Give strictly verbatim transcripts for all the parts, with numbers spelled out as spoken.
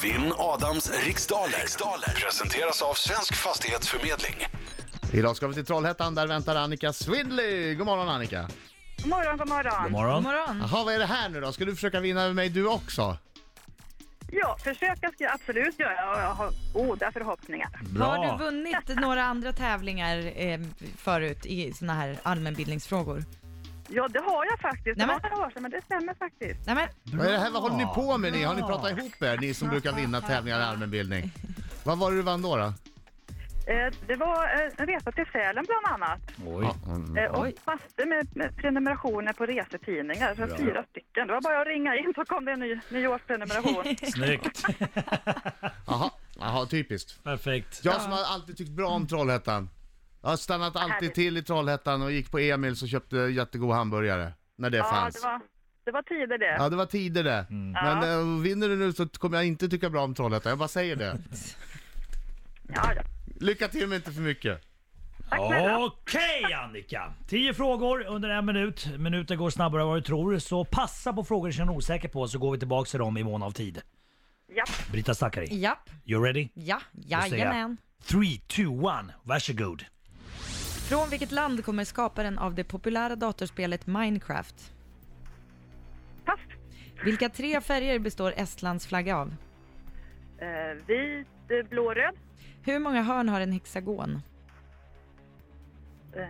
Vinn Adams riksdaler. riksdaler presenteras av Svensk Fastighetsförmedling. Idag ska vi till Trollhättan, där väntar Annika Swindley. God morgon Annika. God morgon, god morgon. God morgon. God morgon. Jaha, vad är det här nu då? Ska du försöka vinna med mig du också? Ja, försöka ska jag absolut göra och jag har goda förhoppningar. Bra. Har du vunnit några andra tävlingar eh, förut i såna här allmänbildningsfrågor? Ja, det har jag faktiskt. Det Nej, var men- några år sedan, men det stämmer faktiskt. Nej, men, Vad är det här? Vad håller ni på med ni? Har ni Bra. pratat ihop er, ni som brukar vinna tävlingar i allmänbildning? Vad var det du vann då då? Eh, det var eh, en resa till Sälen bland annat. Oj. Ja, mm. Eh, och Oj. massor med, med prenumerationer på resetidningar. Så fyra stycken. Det var bara att ringa in så kom det en ny nyårsprenumeration. Snyggt. Jaha, Jaha, typiskt. Perfekt. Jag som har alltid tyckt bra om Trollhättan. Jag har stannat alltid Härligt. till i Trollhättan och gick på Emils och köpte jättegod hamburgare. När det Ja, fanns. det var, det var tider det. Ja, det var tider det. Men äh, vinner du nu så kommer jag inte tycka bra om Trollhättan. Jag bara säger det. Ja, ja. Lycka till men inte för mycket. Tack snälla. Okej Annika. Tio frågor under en minut. Minuten går snabbare än vad du tror. Så passa på frågor du känner osäker på, så går vi tillbaka till dem i mån av tid. Ja. Britta Stackari. japp, You ready? ja, säger jag. jajamän. Three, two, one. Varsågod. Från vilket land kommer skaparen av det populära datorspelet Minecraft? Pass. Vilka tre färger består Estlands flagga av? Eh, vit, eh, blå, röd. Hur många hörn har en hexagon? Eh,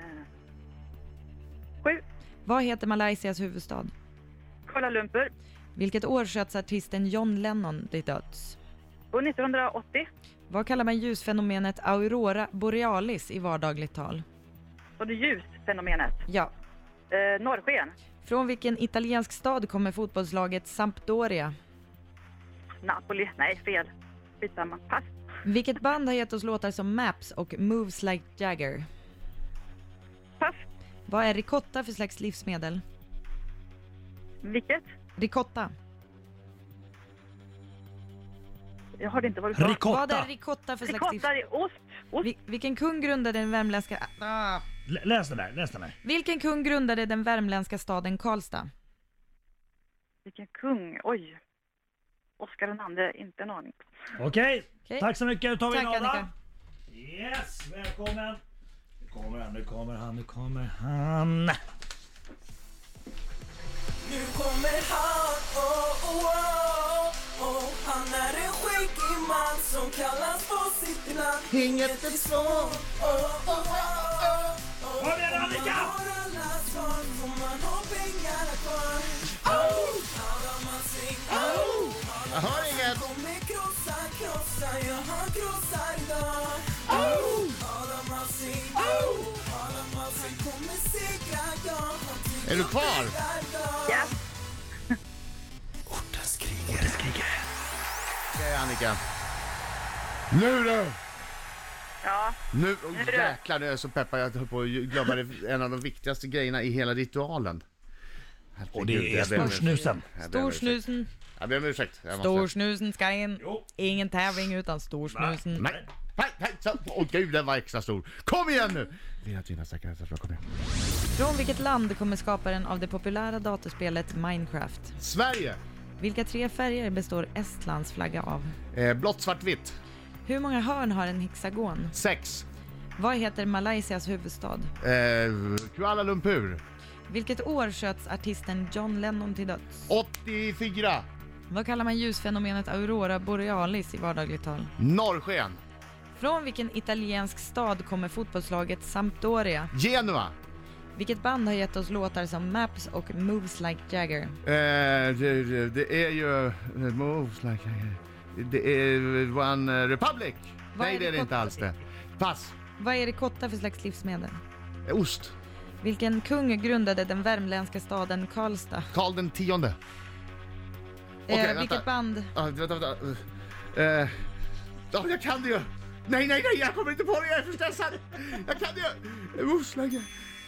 sju. Vad heter Malaysias huvudstad? Kuala Lumpur. Vilket år sköts artisten John Lennon till döds? Och nittonhundraåttio. Vad kallar man ljusfenomenet Aurora Borealis i vardagligt tal? Och det ljusfenomenet. Ja. Eh, norrsken. Från vilken italiensk stad kommer fotbollslaget Sampdoria? Napoli. Nej, fel. Skitsamma. Pass. Vilket band har gett oss låtar som Maps och Moves Like Jagger? Pass. Vad är ricotta för slags livsmedel? Vilket? Ricotta. Jag hörde inte vad du sa. Ricotta. Vad är ricotta för slags Ricotta livsmedel? är ost. Ost. Vi, vilken kung grundade den värmländska... Ah. L- läs den där, läs den där. Vilken kung grundade den värmländska staden Karlstad? Vilken kung. Oj. Oskar den andre, inte en aning. Okej, Okej. tack så mycket. Nu tar vi Tack, en Adam. Annika. Yes, välkommen. Nu kommer han, nu kommer han, nu kommer han. Nu kommer han, oh, oh, oh, oh. Han är en skäggig man som kallas på sitt namn. Inget är svårt. Oh, oh, oh, oh, oh. Kom igen, Annika! Om man har alla svar får man ha pengarna kvar. Oh, Adam han sing, oh. Jag hör inget. Kommer krossa, krossa, ja han krossar idag. Oh, Adam han sing, oh. Adam han sing kommer segra, ja. Är du kvar? Ja. Ortens krigare. Okej Annika. Nu då! Ja. Nu, oh, jäklar nu är jag så peppad. Jag höll på att glömma det, en av de viktigaste grejerna i hela ritualen. Och det är Jag ber om ursäkt. storsnusen. Jag ber om ursäkt. Storsnusen. Jag ber om ursäkt. Jag måste- Storsnusen ska in. Jo. Ingen tävling utan storsnusen. Nej, nej, nej, så- åh gud den var extra stor. Kom igen nu! Vinna, vinna, säkert, så bra, kom igen. Från vilket land kommer skaparen av det populära datorspelet Minecraft? Sverige! Vilka tre färger består Estlands flagga av? Eh, blått, svart, vitt. Hur många hörn har en hexagon? Sex. Vad heter Malaysias huvudstad? Eh, Kuala Lumpur. Vilket år sköts artisten John Lennon till döds? åttiofyra. Vad kallar man ljusfenomenet Aurora Borealis i vardagligt tal? Norrsken. Från vilken italiensk stad kommer fotbollslaget Sampdoria? Genua. Vilket band har gett oss låtar som Maps och Moves Like Jagger? Eh, det, det, det är ju... eh, Moves like... Det är One Republic. Vad Nej, är det är det det inte kort- alls det. Pass. Vad är ricotta för slags livsmedel? Eh, Ost. Vilken kung grundade den värmländska staden Karlstad? Karl den tionde. Okej, eh, vänta. vilket band? Ah, vänta, vänta. Eh, ja, jag kan det ju. Nej, nej, nej, jag kommer inte på det. Jag är för stressad. Jag kan det ju. Moslagge.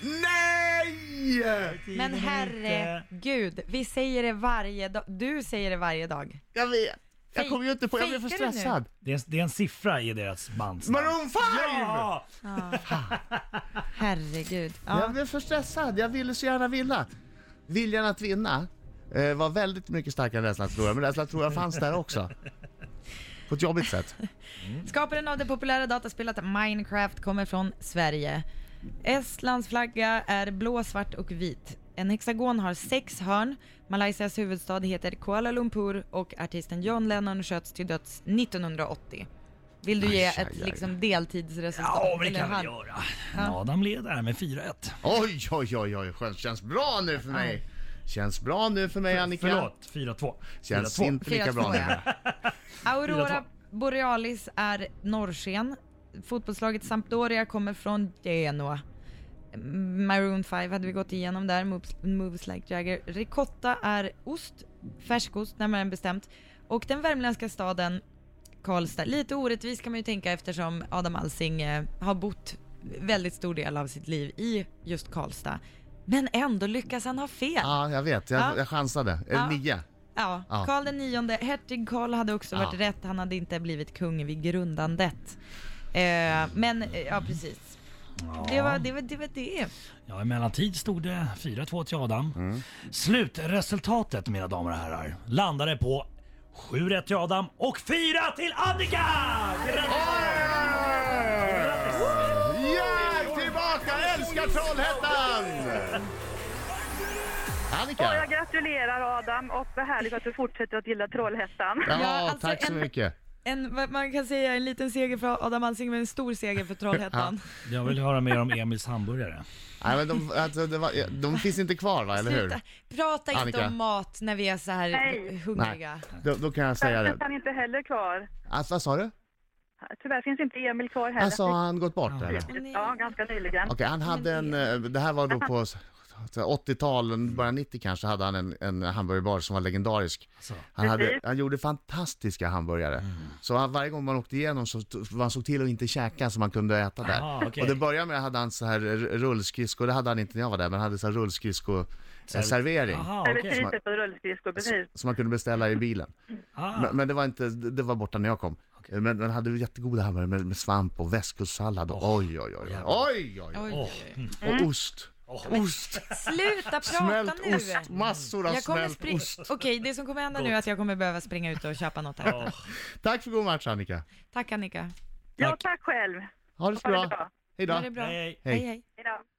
Nej! Men herregud, vi säger det varje dag. Du säger det varje dag. Jag vet. Jag Fej- kommer ju inte på, jag blir för fejkar du nu? stressad. Det är, en, det är en siffra i deras bandsnamn. Maroon five! Ja! Herregud. Jag Ja. blev för stressad, jag ville så gärna vinna. Viljan att vinna eh, var väldigt mycket starkare än rädslan att förlora, men rädslan att förlora fanns där också. På ett jobbigt sätt. Skaparen av det populära dataspelet Minecraft kommer från Sverige. Estlands flagga är blå, svart och vit. En hexagon har sex hörn. Malaysias huvudstad heter Kuala Lumpur och artisten John Lennon sköts till döds nittonhundraåttio. Vill du ge Aj, aj, ett aj. liksom deltidsresultat? Ja, men det Eller kan vi halv- göra. Ja. Adam leder här med fyra ett. Oj, oj, oj, oj. Skönt. Känns bra nu för mig. Känns bra nu för mig, Annika. Förlåt, fyra två. Känns fyra två. inte lika fyra bra två, nu. ja. Aurora Fyra två. Borealis är norrsken. Fotbollslaget Sampdoria kommer från Genoa. Maroon fem hade vi gått igenom där. Moves, moves like Jagger. Ricotta är ost. Färskost, närmare bestämt. Och den värmländska staden Karlstad. Lite orättvis kan man ju tänka eftersom Adam Alsing eh, har bott väldigt stor del av sitt liv i just Karlstad. Men ändå lyckas han ha fel. Ja, jag vet. Jag, Ja. jag chansade. Är det Ja. nio? Ja, Ja. Karl den nionde, hertig Karl hade också varit Ja. rätt. Han hade inte blivit kung vid grundandet. Eh, men, eh, ja precis. Det var det. Var, det, var det. Ja, i mellantid stod det fyra två till Adam. Mm. Slutresultatet, mina damer och herrar, landade på sju rätt till Adam och fyra till Annika! Ja, tillbaka! Älskar Trollhättan! Annika? Och jag gratulerar Adam och vad härligt att du fortsätter att gilla Trollhättan. Ja, Ja, alltså tack så en- mycket. En, vad man kan säga en liten seger för Adam Alsing men en stor seger för Trollhättan. Jag vill höra mer om Emils hamburgare. Nej, men de, alltså, det var, de finns inte kvar, va? Eller hur? Sluta. Prata inte Annika. om mat när vi är så här Nej. hungriga. Då, då kan jag säga Tyvärr det. finns han inte heller kvar. Alltså, vad sa du? Tyvärr finns inte Emil kvar heller. Alltså, har han gått bort, Ja. eller? Åh, nej. Ja, ganska nyligen. Okej, han hade en, eh, det här var då på åttiotalet, början nittio kanske, hade han en, en hamburgerbar som var legendarisk. Alltså, Han, hade, Precis. han gjorde fantastiska hamburgare. Så han, varje gång man åkte igenom så t- man såg till att inte käka så man kunde äta där. Aha, okej. Och det började med att hade han så här r- rullskridskor, det hade han inte när jag var där, men han hade så här rullskridsko eh, servering. Aha, Eller okej. priset på rullskridskor, precis. Som man kunde beställa i bilen. Ah. Men, men det var inte, det var borta när jag kom. Men den hade jättegoda hamburgare med, med svamp och västkustsallad och oj, oj, oj, oj, oj, oj, oj. Oj, Åh, oj, oj. Och ost. Ost. Sluta prata Smält nu! ost. Massor av Jag kommer smält spring... ost. Okej, det som kommer hända nu är att jag kommer behöva springa ut och köpa något här. åh. Tack för god match, Annika. Tack Annika. Ja, Tack. tack själv. Ha det så Ha det bra. bra. Hej då. Ha det bra. Hej, hej. Hej, Hej. hej. Hej då.